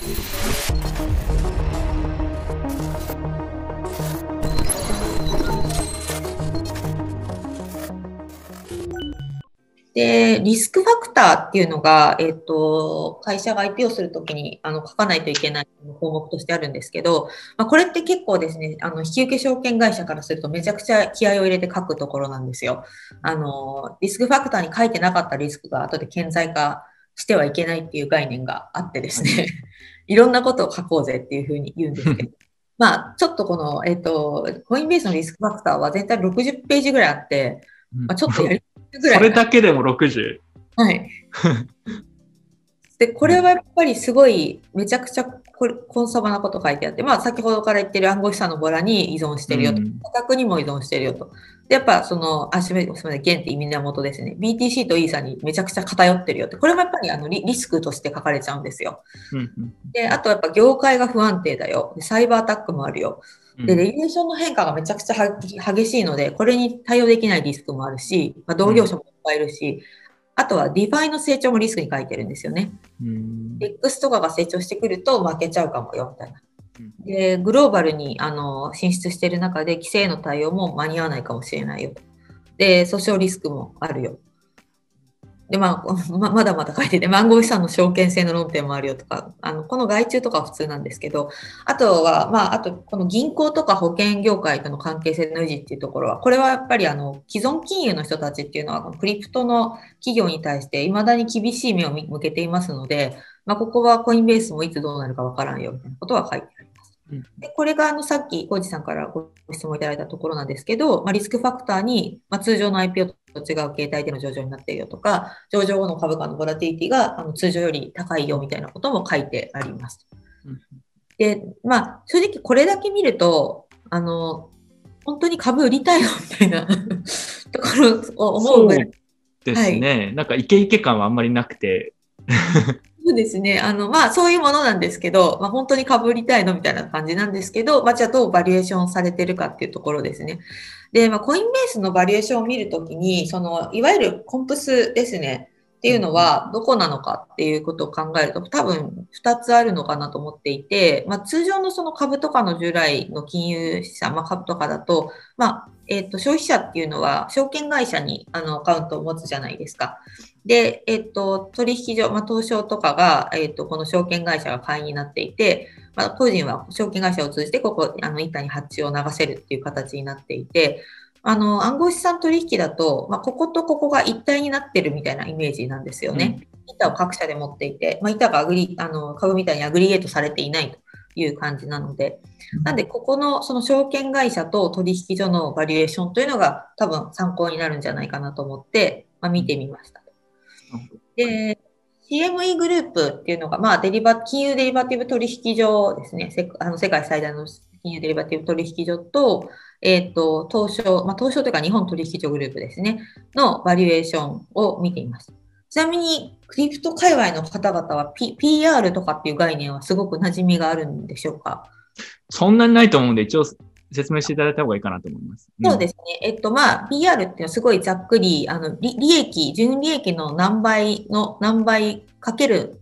で、リスクファクターっていうのが、会社が IPO するときに書かないといけない項目としてあるんですけど、これって結構ですね、引き受け証券会社からするとめちゃくちゃ気合を入れて書くところなんですよ。リスクファクターに書いてなかったリスクが後で顕在化してはいけないっていう概念があってですね、いろんなことを書こうぜっていうふうに言うんですけど、ちょっとこの、コインベースのリスクファクターは全体60ページぐらいあって、ちょっとやりぐらいそれだけでも60。 はい。で、これはやっぱりすごい、めちゃくちゃコンサバなこと書いてあって、先ほどから言ってる暗号資産のボラに依存してるよと。価格にも依存してるよと。で、やっぱすみません、元って意味の元ですね。BTC とイーサにめちゃくちゃ偏ってるよって。これもやっぱりリスクとして書かれちゃうんですよ。で、あとやっぱ業界が不安定だよ。サイバーアタックもあるよ。で、レギュレーションの変化がめちゃくちゃ激しいので、これに対応できないリスクもあるし、同業者もいっぱいいるし、あとはディファイの成長もリスクに書いてるんですよね。X とかが成長してくると負けちゃうかもよ、みたいな。で、グローバルに進出している中で規制への対応も間に合わないかもしれないよ。で、訴訟リスクもあるよ。で、まだまだ書いてて、暗号資産の証券性の論点もあるよとか、この外注とかは普通なんですけど、あとは、あと、この銀行とか保険業界との関係性の維持っていうところは、これはやっぱり既存金融の人たちっていうのは、クリプトの企業に対して未だに厳しい目を向けていますので、ここはコインベースもいつどうなるかわからんよみたいなことは書いてあります。で、これがさっき浩二さんからご質問いただいたところなんですけど、リスクファクターに、通常の IPO と違う形態での上場になっているよとか、上場後の株価のボラティリティが通常より高いよみたいなことも書いてあります。で、正直これだけ見ると、本当に株売りたいのみたいなところを思うぐらい。 そうですね。はい、なんかイケイケ感はあんまりなくて。 そうですね。そういうものなんですけど、本当に株売りたいのみたいな感じなんですけど、じゃあどうバリエーションされてるかっていうところですね。で、コインベースのバリエーションを見るときに、いわゆるコンプスですね。っていうのはどこなのかっていうことを考えると多分2つあるのかなと思っていて、通常のその株とかの従来の金融資産、株とかだと、消費者っていうのは証券会社にアカウントを持つじゃないですか。で、取引所、東証とかが、この証券会社が会員になっていて、個人は証券会社を通じて、板に発注を流せるっていう形になっていて、暗号資産取引だと、こことここが一体になってるみたいなイメージなんですよね。板を各社で持っていて、板が株みたいにアグリゲートされていないという感じなので、なんで、ここのその証券会社と取引所のバリエーションというのが多分参考になるんじゃないかなと思って、見てみました。で、CME グループっていうのが、金融デリバティブ取引所ですね。世界最大の金融デリバティブ取引所と、東証、東証というか日本取引所グループですね。のバリエーションを見ています。ちなみに、クリプト界隈の方々は、PR とかっていう概念はすごく馴染みがあるんでしょうか？ そんなにないと思うんで、一応説明していただいた方がいいかなと思います。 そうですね。PR っていうのはすごいざっくり、純利益の何倍かける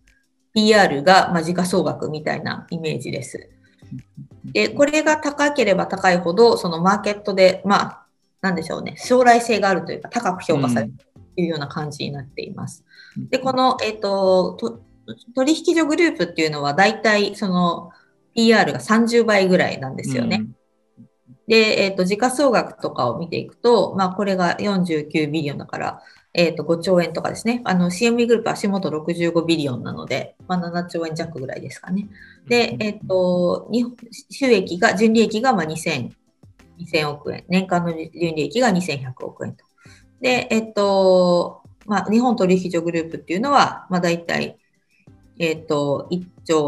PR が、時価総額みたいなイメージです。で、これが高ければ高いほど、そのマーケットで、なんでしょうね、将来性があるというか、高く評価されるというような感じになっています。で、この、取引所グループっていうのは、だいたいその PR が30倍ぐらいなんですよね。で、時価総額とかを見ていくと、これが49ビリオンだから、5兆円とかですね。CME グループ足元65ビリオンなので、7兆円弱ぐらいですかね。で、収益が、純利益が2000億円。年間の純利益が2100億円と。で、日本取引所グループっていうのは、だいたい、1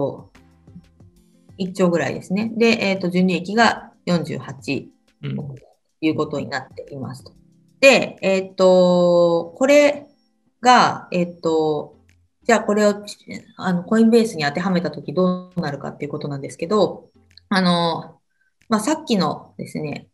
兆ぐらいですね。で、純利益が48億ということになっていますと。で、これが、じゃあこれをコインベースに当てはめたときどうなるかっていうことなんですけど、さっきのですね、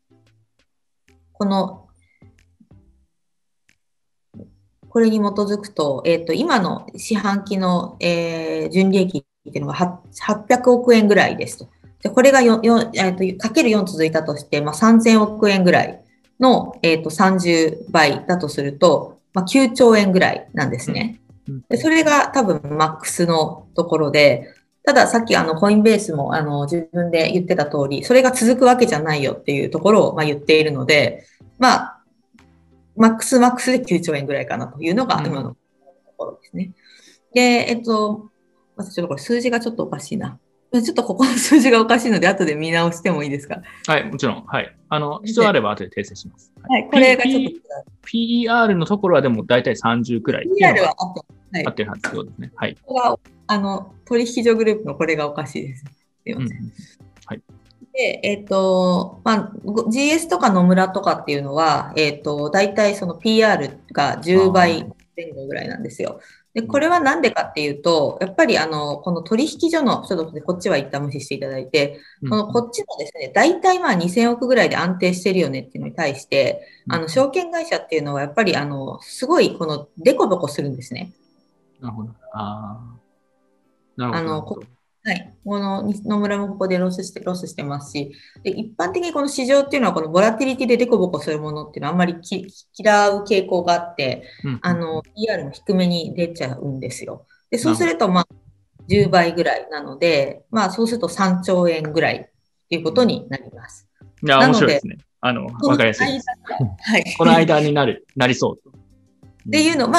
これに基づくと、今の四半期の、純利益っていうのが800億円ぐらいですと。でこれがかける4続いたとして、3000億円ぐらいの、30倍だとすると、9兆円ぐらいなんですね。でそれが多分マックスのところで、たださっきコインベースも自分で言ってた通り、それが続くわけじゃないよっていうところを言っているので、マックスで9兆円ぐらいかなというのが今のところですね。で、ちょっとこれ数字がちょっとおかしいな。ちょっとここの数字がおかしいので、後で見直してもいいですか？ はい、もちろん。はい。必要あれば後で訂正します。 はい、これがちょっと。 PER のところはでも大体30くらい。 PER は合ってるはずそうですね。はい。 ここが、取引所グループのこれがおかしいです。すいません。 はい。 で、GS とか野村とかっていうのは、大体その PR が10倍前後ぐらいなんですよ。で、これはなんでかっていうと、やっぱりこの取引所の、ちょっとこっちは一旦無視していただいて、こっちのですね、大体2000億ぐらいで安定してるよねっていうのに対して、証券会社っていうのはやっぱりすごいデコボコするんですね。 なるほど。なるほど。 はい。この野村もここでロスしてますし、で一般的にこの市場っていうのはこのボラティリティでデコボコするものっていうのはあんまり嫌う傾向があって、PR も低めに出ちゃうんですよ。で、そうすると10倍ぐらいなので、そうすると3兆円ぐらいっていうことになります。 いや、面白いですね。わかりやすいです。はい。この間になりそう。 っていうの、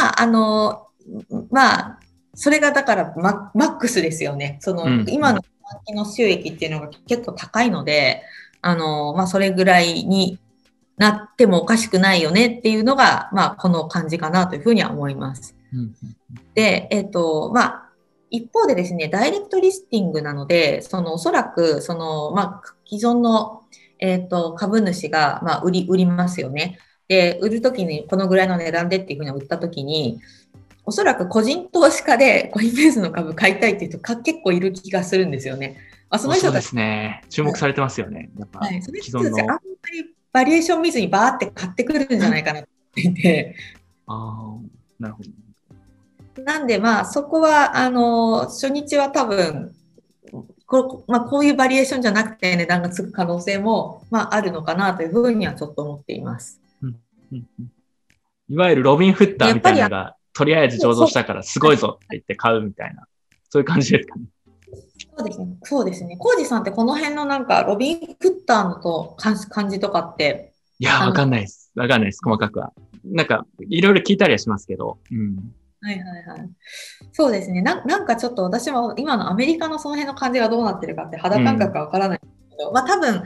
それがだからマックスですよね。今の短期の収益っていうのが結構高いので、それぐらいになってもおかしくないよねっていうのが、この感じかなというふうには思います。で、一方でですね、ダイレクトリスティングなので、おそらく、既存の、株主が、売りますよね。で、売るときにこのぐらいの値段でっていうふうに売ったときに、おそらく個人投資家でコインベースの株買いたいっていう人結構いる気がするんですよね。 その人たちそうですね。注目されてますよね。やっぱはい。その人たちあんまりバリエーション見ずにバーって買ってくるんじゃないかなって言って。 なるほど。なんでそこは初日は多分こういうバリエーションじゃなくて値段がつく可能性もあるのかなというふうにはちょっと思っています。 いわゆるロビン・フッターみたいなのがとりあえず上場したからすごいぞって言って買うみたいな、そういう感じですかね。 そうですね。コウジさんってこの辺のロビン・フッターの感じとかって。 いや、わかんないです。細かくは。いろいろ聞いたりはしますけど。 はいはいはい。そうですね。なんかちょっと私も今のアメリカのその辺の感じがどうなってるかって肌感覚がわからないんですけど、多分、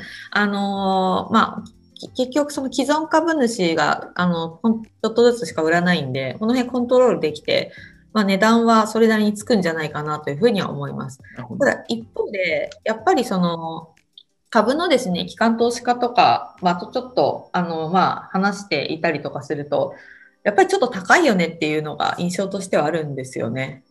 結局その既存株主がちょっとずつしか売らないんで、この辺コントロールできて、値段はそれなりにつくんじゃないかなというふうには思います。ただ一方で、やっぱり株のですね、機関投資家とか、ちょっと話していたりとかすると、やっぱりちょっと高いよねっていうのが印象としてはあるんですよね。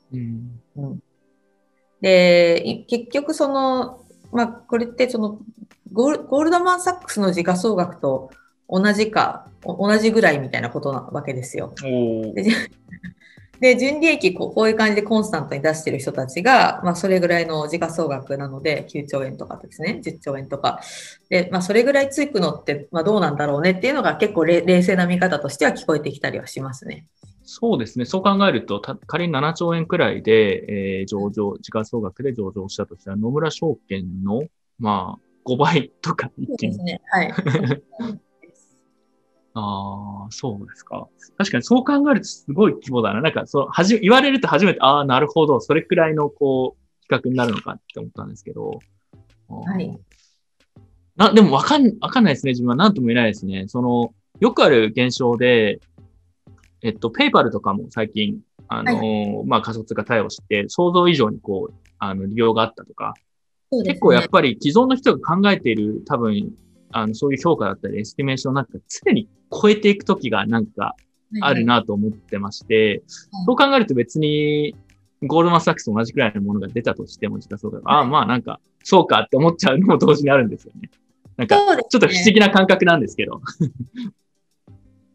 で、結局これってゴールドマン・サックスの時価総額と同じぐらいみたいなことなわけですよ。で、純利益こういう感じでコンスタントに出してる人たちが、それぐらいの時価総額なので、9兆円とかですね、10兆円とか。で、それぐらいつくのって、どうなんだろうねっていうのが結構冷静な見方としては聞こえてきたりはしますね。 そうですね。そう考えると、仮に7兆円くらいで、時価総額で上場したとしたら、野村証券の、5倍とか一気に。 そうですね。はい。 そうですか。確かにそう考えるとすごい規模だな。言われると初めて、なるほど、それくらいの、比較になるのかって思ったんですけど。 はい。 でもわかんないですね。自分は何とも言えないですね。よくある現象で、ペイパルとかも最近、仮想通貨対応して、想像以上に利用があったとか、結構やっぱり既存の人が考えている多分、そういう評価だったり、エスティメーション常に超えていくときがあるなと思ってまして、そう考えると別に、ゴールドマンサックスと同じくらいのものが出たとしても、時価総額、そうかって思っちゃうのも同時にあるんですよね。ちょっと不思議な感覚なんですけど。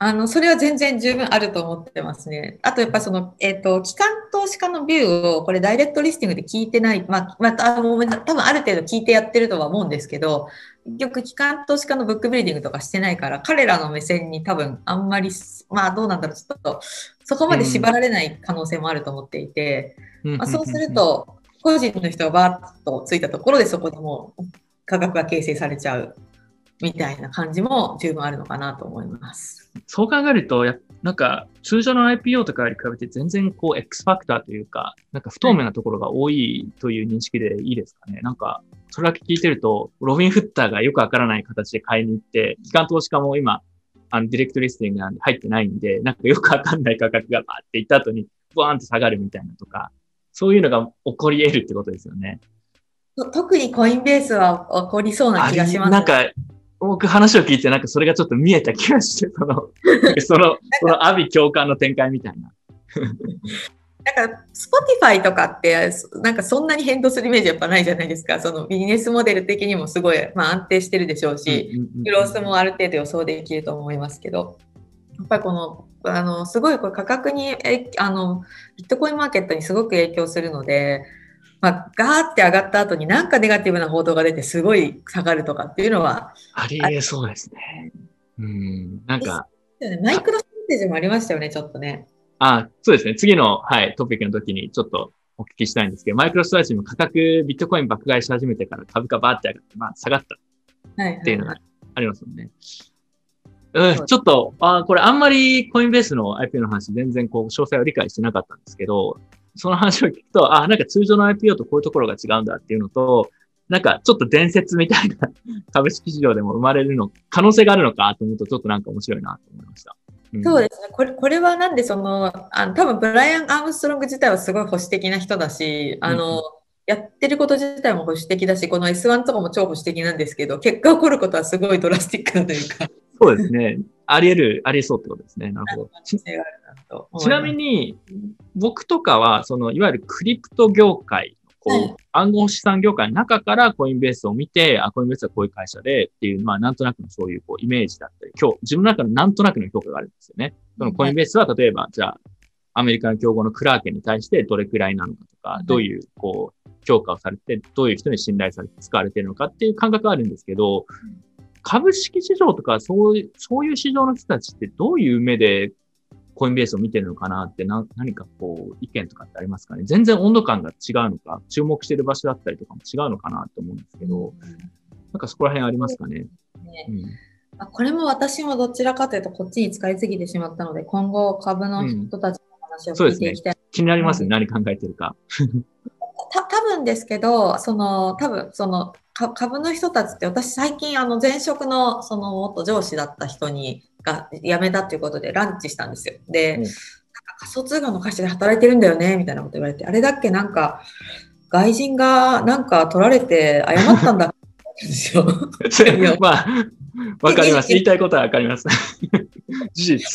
それは全然十分あると思ってますね。あとやっぱその、機関投資家のビューをこれダイレクトリスティングで聞いてない、また、多分ある程度聞いてやってるとは思うんですけど、結局機関投資家のブックビルディングとかしてないから、彼らの目線に多分あんまり、どうなんだろう、ちょっと、そこまで縛られない可能性もあると思っていて、そうすると、個人の人がバーッとついたところでそこでもう価格が形成されちゃうみたいな感じも十分あるのかなと思います。 そう考えると、なんか通常の IPO とかに比べて全然こう X ファクターというか、なんか不透明なところが多いという認識でいいですかね。なんか、それだけ聞いてると、ロビン・フッターがよくわからない形で買いに行って、機関投資家も今、ディレクトリスティングなんで入ってないんで、なんかよくわかんない価格がバーっていった後に、ボーンと下がるみたいなとか、そういうのが起こり得るってことですよね。 特にコインベースは起こりそうな気がします。 なんか、僕話を聞いてなんかそれがちょっと見えた気がして、その阿鼻共感の展開みたいな。 なんか、Spotify とかって、なんかそんなに変動するイメージやっぱないじゃないですか。そのビジネスモデル的にもすごい、安定してるでしょうし、グロースもある程度予想できると思いますけど、やっぱりこの、すごいこれ価格に、ビットコインマーケットにすごく影響するので、ガーって上がった後になんかネガティブな報道が出てすごい下がるとかっていうのは。 ありえそうですね。なんか。 マイクロストラテジーもありましたよね、ちょっとね。 そうですね。次の、はい、トピックの時にちょっとお聞きしたいんですけど、マイクロストラテジーも価格、ビットコイン爆買いし始めてから株価バーって上がって、下がったっていうのがありますもんね。ちょっと、これあんまりコインベースの IPO の話全然こう詳細を理解してなかったんですけど、その話を聞くと、なんか通常の IPO とこういうところが違うんだっていうのと、なんかちょっと伝説みたいな株式市場でも生まれる可能性があるのかと思うと、ちょっとなんか面白いなと思いました。 そうですね。これはなんで多分ブライアン・アームストロング自体はすごい保守的な人だし、やってること自体も保守的だし、この S1 とかも超保守的なんですけど、結果起こることはすごいドラスティックなというか。 そうですね。ありえそうってことですね。なるほど。ちなみに、僕とかは、いわゆるクリプト業界、暗号資産業界の中からコインベースを見て、コインベースはこういう会社でっていう、なんとなくのそういうイメージだったり、自分の中のなんとなくの評価があるんですよね。そのコインベースは例えば、じゃあ、アメリカの競合のクラーケンに対してどれくらいなのかとか、どういう、評価をされて、どういう人に信頼されて使われているのかっていう感覚があるんですけど、株式市場とかそういう市場の人たちってどういう目でコインベースを見てるのかなって何か意見とかってありますかね。全然温度感が違うのか、注目してる場所だったりとかも違うのかなと思うんですけど、なんかそこら辺ありますかね。 これも私もどちらかというとこっちに使いすぎてしまったので、今後株の人たちの話を聞いていきたい。 気になりますね。何考えてるか。 多分ですけど、株の人たちって私最近前職の元上司だった人が辞めたっていうことでランチしたんですよ。で、なんか仮想通貨の会社で働いてるんだよねみたいなこと言われて、あれだっけなんか外人がなんか取られて謝ったんだってですよ。 わかります。言いたいことはわかります。事実。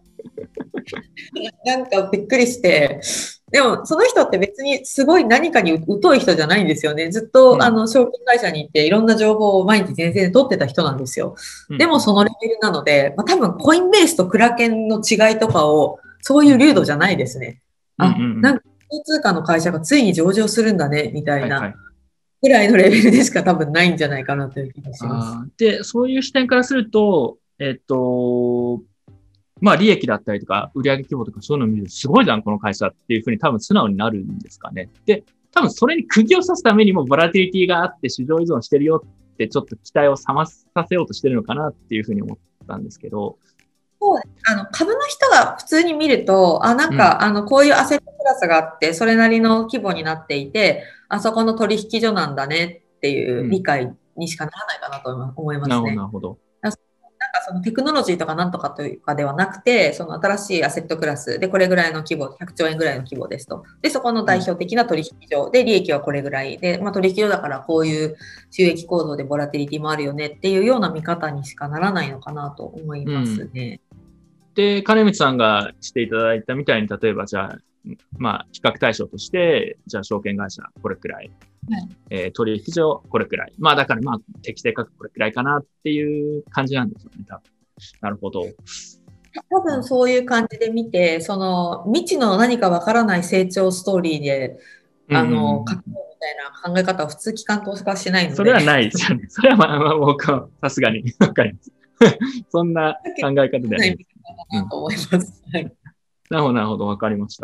なんかびっくりして、でもその人って別にすごい何かに疎い人じゃないんですよね。ずっと証券会社に行っていろんな情報を毎日全然取ってた人なんですよ。でもそのレベルなので、多分コインベースとクラケンの違いとかをそういう流度じゃないですね。なんか通貨の会社がついに上場するんだねみたいなぐらいのレベルでしか多分ないんじゃないかなという気がします。 で、そういう視点からすると、利益だったりとか、売上規模とかそういうのを見ると、すごいじゃん、この会社っていうふうに多分素直になるんですかね。で、多分それに釘を刺すためにも、ボラティリティがあって市場依存してるよって、ちょっと期待を冷まさせようとしてるのかなっていうふうに思ったんですけど。 そう、株の人が普通に見ると、こういうアセットクラスがあって、それなりの規模になっていて、あそこの取引所なんだねっていう理解にしかならないかなと思いますね。 なるほど。 そのテクノロジーとかなんとかというかではなくて、その新しいアセットクラスでこれぐらいの規模、100兆円ぐらいの規模ですと。で、そこの代表的な取引所で利益はこれぐらいで、取引所だからこういう収益構造でボラティリティもあるよねっていうような見方にしかならないのかなと思いますね。 で、金光さんがしていただいたみたいに、例えばじゃあ、比較対象として、じゃあ証券会社これくらい。取引所これくらい。だから適正価格これくらいかなっていう感じなんですよね、多分。なるほど。 多分そういう感じで見て、その未知の何かわからない成長ストーリーで、 うんうんうん書こうみたいな考え方は普通機関投資家はしないので。 それはないですよね。それはまあ僕はさすがにわかります。そんな考え方ではない。 なと思います。はい。 なるほど、なるほど、わかりました。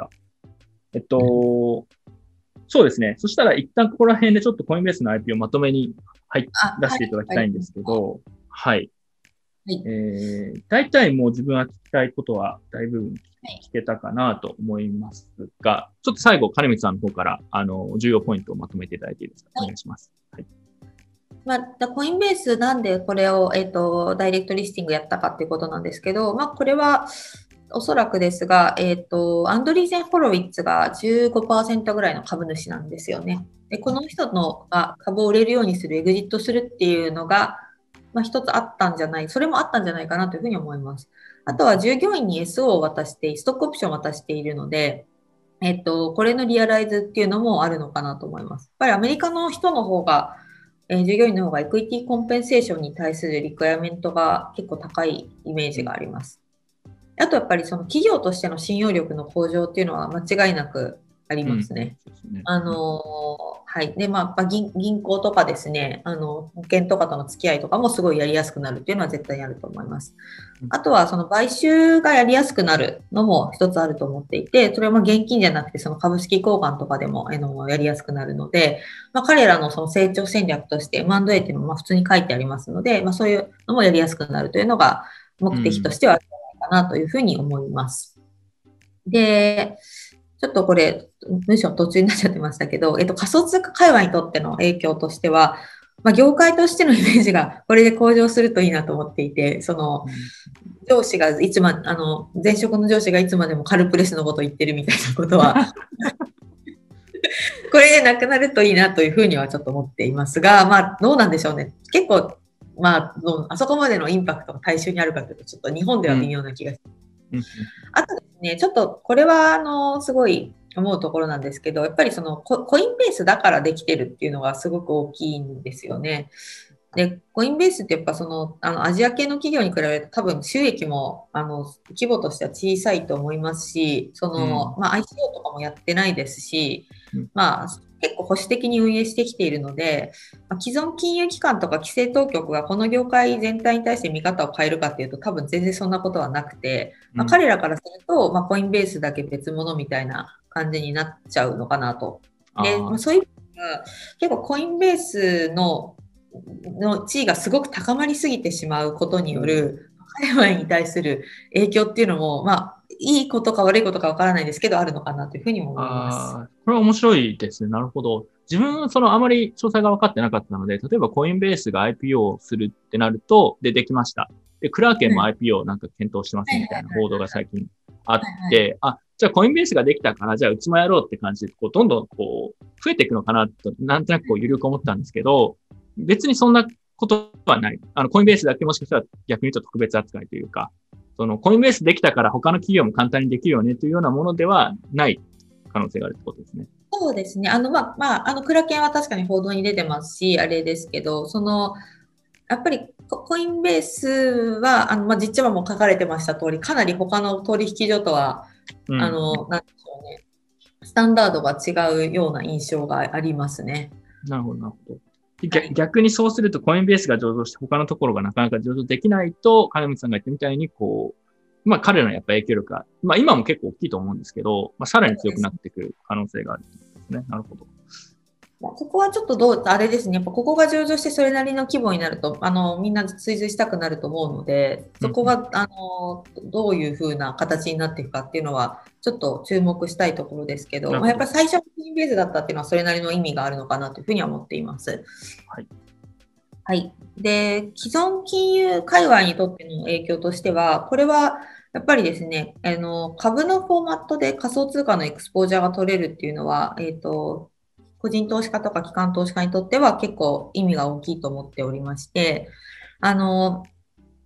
そうですね。そしたら一旦ここら辺でちょっとコインベースの IP をまとめに、はい、出していただきたいんですけど、はい。大体もう自分は聞きたいことは大部分聞けたかなと思いますが、ちょっと最後、金光さんの方から、重要ポイントをまとめていただいていいですか。お願いします。はい。 コインベースなんでこれを、ダイレクトリスティングやったかっていうことなんですけど、これはおそらくですが、アンドリーゼン・ホロウィッツが 15% ぐらいの株主なんですよね。で、この人のが株を売れるようにする、エグジットするっていうのが、一つあったんじゃない、それもあったんじゃないかなというふうに思います。あとは従業員に SO を渡して、ストックオプションを渡しているので、これのリアライズっていうのもあるのかなと思います。やっぱりアメリカの人の方が、従業員の方がエクイティコンペンセーションに対するリクエアメントが結構高いイメージがあります。あとやっぱりその企業としての信用力の向上っていうのは間違いなくありますね。はい。で、銀行とかですね、保険とかとの付き合いとかもすごいやりやすくなるっていうのは絶対にあると思います。あとはその買収がやりやすくなるのも一つあると思っていて、それは現金じゃなくてその株式交換とかでもやりやすくなるので、彼らのその成長戦略として M&A っていうのも普通に書いてありますので、そういうのもやりやすくなるというのが目的としてはあるんじゃないかなというふうに思います。で、ちょっとこれ、文章途中になっちゃってましたけど、仮想通貨界隈にとっての影響としては、業界としてのイメージがこれで向上するといいなと思っていて、その、上司がいつま、前職の上司がいつまでもカルプレスのことを言ってるみたいなことは、これでなくなるといいなというふうにはちょっと思っていますが、どうなんでしょうね。結構、あそこまでのインパクトが大衆にあるかというと、ちょっと日本では微妙な気がします。あとですね、ちょっとこれはすごい思うところなんですけど、やっぱりそのコインベースだからできてるっていうのがすごく大きいんですよね。で、コインベースってやっぱアジア系の企業に比べると多分収益も規模としては小さいと思いますし、ICO とかもやってないですし、結構保守的に運営してきているので、既存金融機関とか規制当局がこの業界全体に対して見方を変えるかっていうと多分全然そんなことはなくて、彼らからすると、コインベースだけ別物みたいな感じになっちゃうのかなと。で、そういう結構コインベースの地位がすごく高まりすぎてしまうことによる海外に対する影響っていうのも、いいことか悪いことかわからないですけど、あるのかなというふうにも思います。 これは面白いですね。なるほど。自分、あまり詳細が分かってなかったので、例えばコインベースが IPO をするってなると、できました。で、クラーケンも IPO なんか検討してますみたいな報道が最近あって、じゃあコインベースができたから、じゃあうちもやろうって感じで、どんどん増えていくのかなと、なんとなくゆるく思ったんですけど、別にそんなことはない。コインベースだけもしかしたら逆に言うと特別扱いというか、コインベースできたから他の企業も簡単にできるよねというようなものではない可能性があるってことですね。 そうですね。クラケンは確かに報道に出てますし、あれですけど、やっぱりコインベースは、実地はもう書かれてました通り、かなり他の取引所とは、なんでしょうね。スタンダードが違うような印象がありますね。 なるほど、なるほど。逆にそうするとコインベースが上場して他のところがなかなか上場できないと、金光さんが言ったみたいに彼らのやっぱ影響力が、今も結構大きいと思うんですけど、さらに強くなってくる可能性があるんですね。なるほど。 そこはちょっとあれですね。やっぱここが上場してそれなりの規模になると、みんな追随したくなると思うので、そこが、どういう風な形になっていくかっていうのは、ちょっと注目したいところですけど、やっぱり最初のコインベースだったっていうのはそれなりの意味があるのかなというふうには思っています。 はい。 はい。で、既存金融界隈にとっての影響としては、これはやっぱりですね、株のフォーマットで仮想通貨のエクスポージャーが取れるっていうのは、個人投資家とか機関投資家にとっては結構意味が大きいと思っておりまして、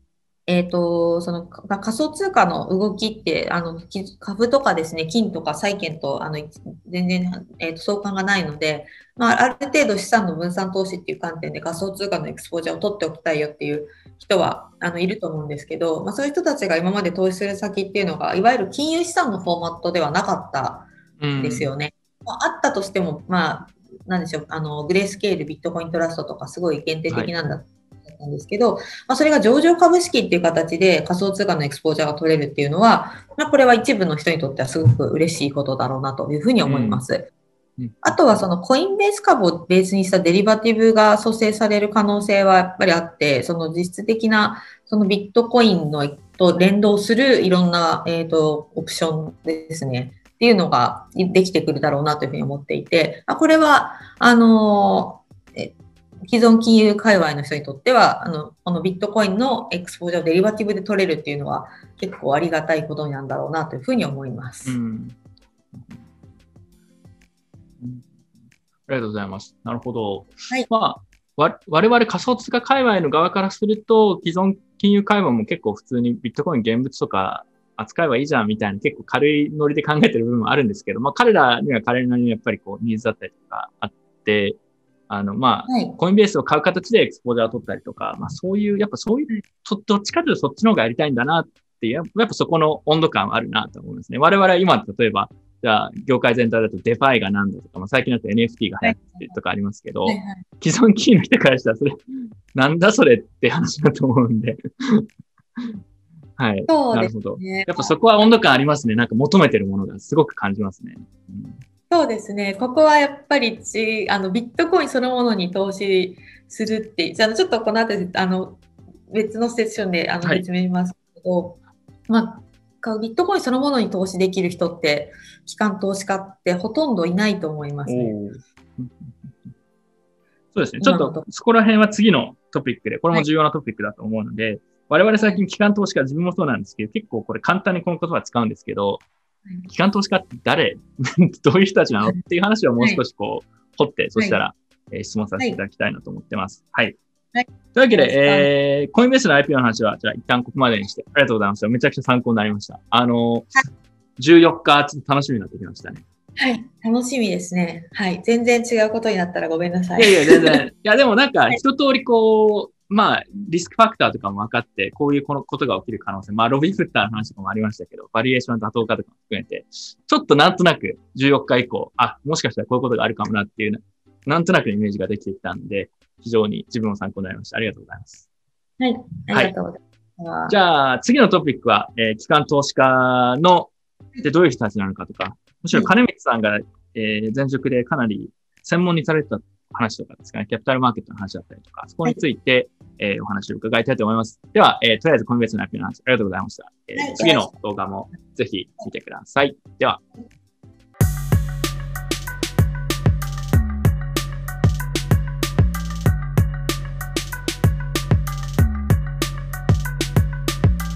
その仮想通貨の動きって、株とかですね、金とか債券と、全然、相関がないので、まあ、ある程度資産の分散投資っていう観点で仮想通貨のエクスポージャーを取っておきたいよっていう人は、いると思うんですけど、まあ、そういう人たちが今まで投資する先っていうのが、いわゆる金融資産のフォーマットではなかったんですよね。まあ、あったとしても、まあ、なんでしょう、グレースケール、ビットコイントラストとかすごい限定的なんだったんですけど、まあ、それが上場株式っていう形で仮想通貨のエクスポージャーが取れるっていうのは、まあ、これは一部の人にとってはすごく嬉しいことだろうなというふうに思います。あとはそのコインベース株をベースにしたデリバティブが蘇生される可能性はやっぱりあって、その実質的なそのビットコインのと連動するいろんな、オプションですね。っていうのができてくるだろうなというふうに思っていて、これは、既存金融界隈の人にとっては、このビットコインのエクスポージャーをデリバティブで取れるっていうのは結構ありがたいことなんだろうなというふうに思います。 ありがとうございます。なるほど。 はい。 まあ、我々仮想通貨界隈の側からすると、既存金融界隈も結構普通にビットコイン現物とか扱えばいいじゃんみたいな結構軽いノリで考えてる部分もあるんですけど、まあ彼らには彼らなりにやっぱりこうニーズだったりとかあって、まあ、はい、コインベースを買う形でエクスポージャーを取ったりとか、まあそういう、やっぱそういう、どっちかというとそっちの方がやりたいんだなっていう、やっぱそこの温度感はあるなと思うんですね。我々は今、例えば、じゃあ、業界全体だとデファイが何だとか、まあ、最近だと NFT が流行ってるとかありますけど、はいはい、既存金の人からしたらそれ、なんだそれって話だと思うんで。はい。なるほど。やっぱそこは温度感ありますね。なんか求めてるものがすごく感じますね。 そうですね。ここはやっぱりビットコインそのものに投資するって、ちょっとこの後、別のセッションで説明しますけど、まあ、ビットコインそのものに投資できる人って、機関投資家ってほとんどいないと思いますね。 そうですね。ちょっとそこら辺は次のトピックで、これも重要なトピックだと思うので、はい、我々最近機関投資家、自分もそうなんですけど、結構これ簡単にこの言葉使うんですけど、機関投資家って誰どういう人たちなのっていう話をもう少しこう、掘って、そしたら、質問させていただきたいなと思ってます。はい。はい、というわけで、コインベースの IPO の話は、じゃあ一旦ここまでにして、ありがとうございました。めちゃくちゃ参考になりました。14日、ちょっと楽しみになってきましたね。 はい、楽しみですね。はい。全然違うことになったらごめんなさい。 いやいや、全然。いや、でもなんか、一通りこう、まあ、リスクファクターとかも分かって、こういうことが起きる可能性、まあ、ロビンフッターの話とかもありましたけど、バリエーションの妥当化とかも含めて、ちょっとなんとなく14日以降、もしかしたらこういうことがあるかもなっていう、なんとなくイメージができてきたんで、非常に自分も参考になりました。ありがとうございます。 はい、ありがとうございます。 はい、じゃあ、次のトピックは、機関投資家の、でどういう人たちなのかとか、むしろ金光さんが、前職でかなり専門にされてた話とかですかね、キャピタルマーケットの話だったりとか、そこについて、お話を伺いたいと思います。では、とりあえずコインベースのアピールの話、ありがとうございました。次の動画もぜひ見てください。では。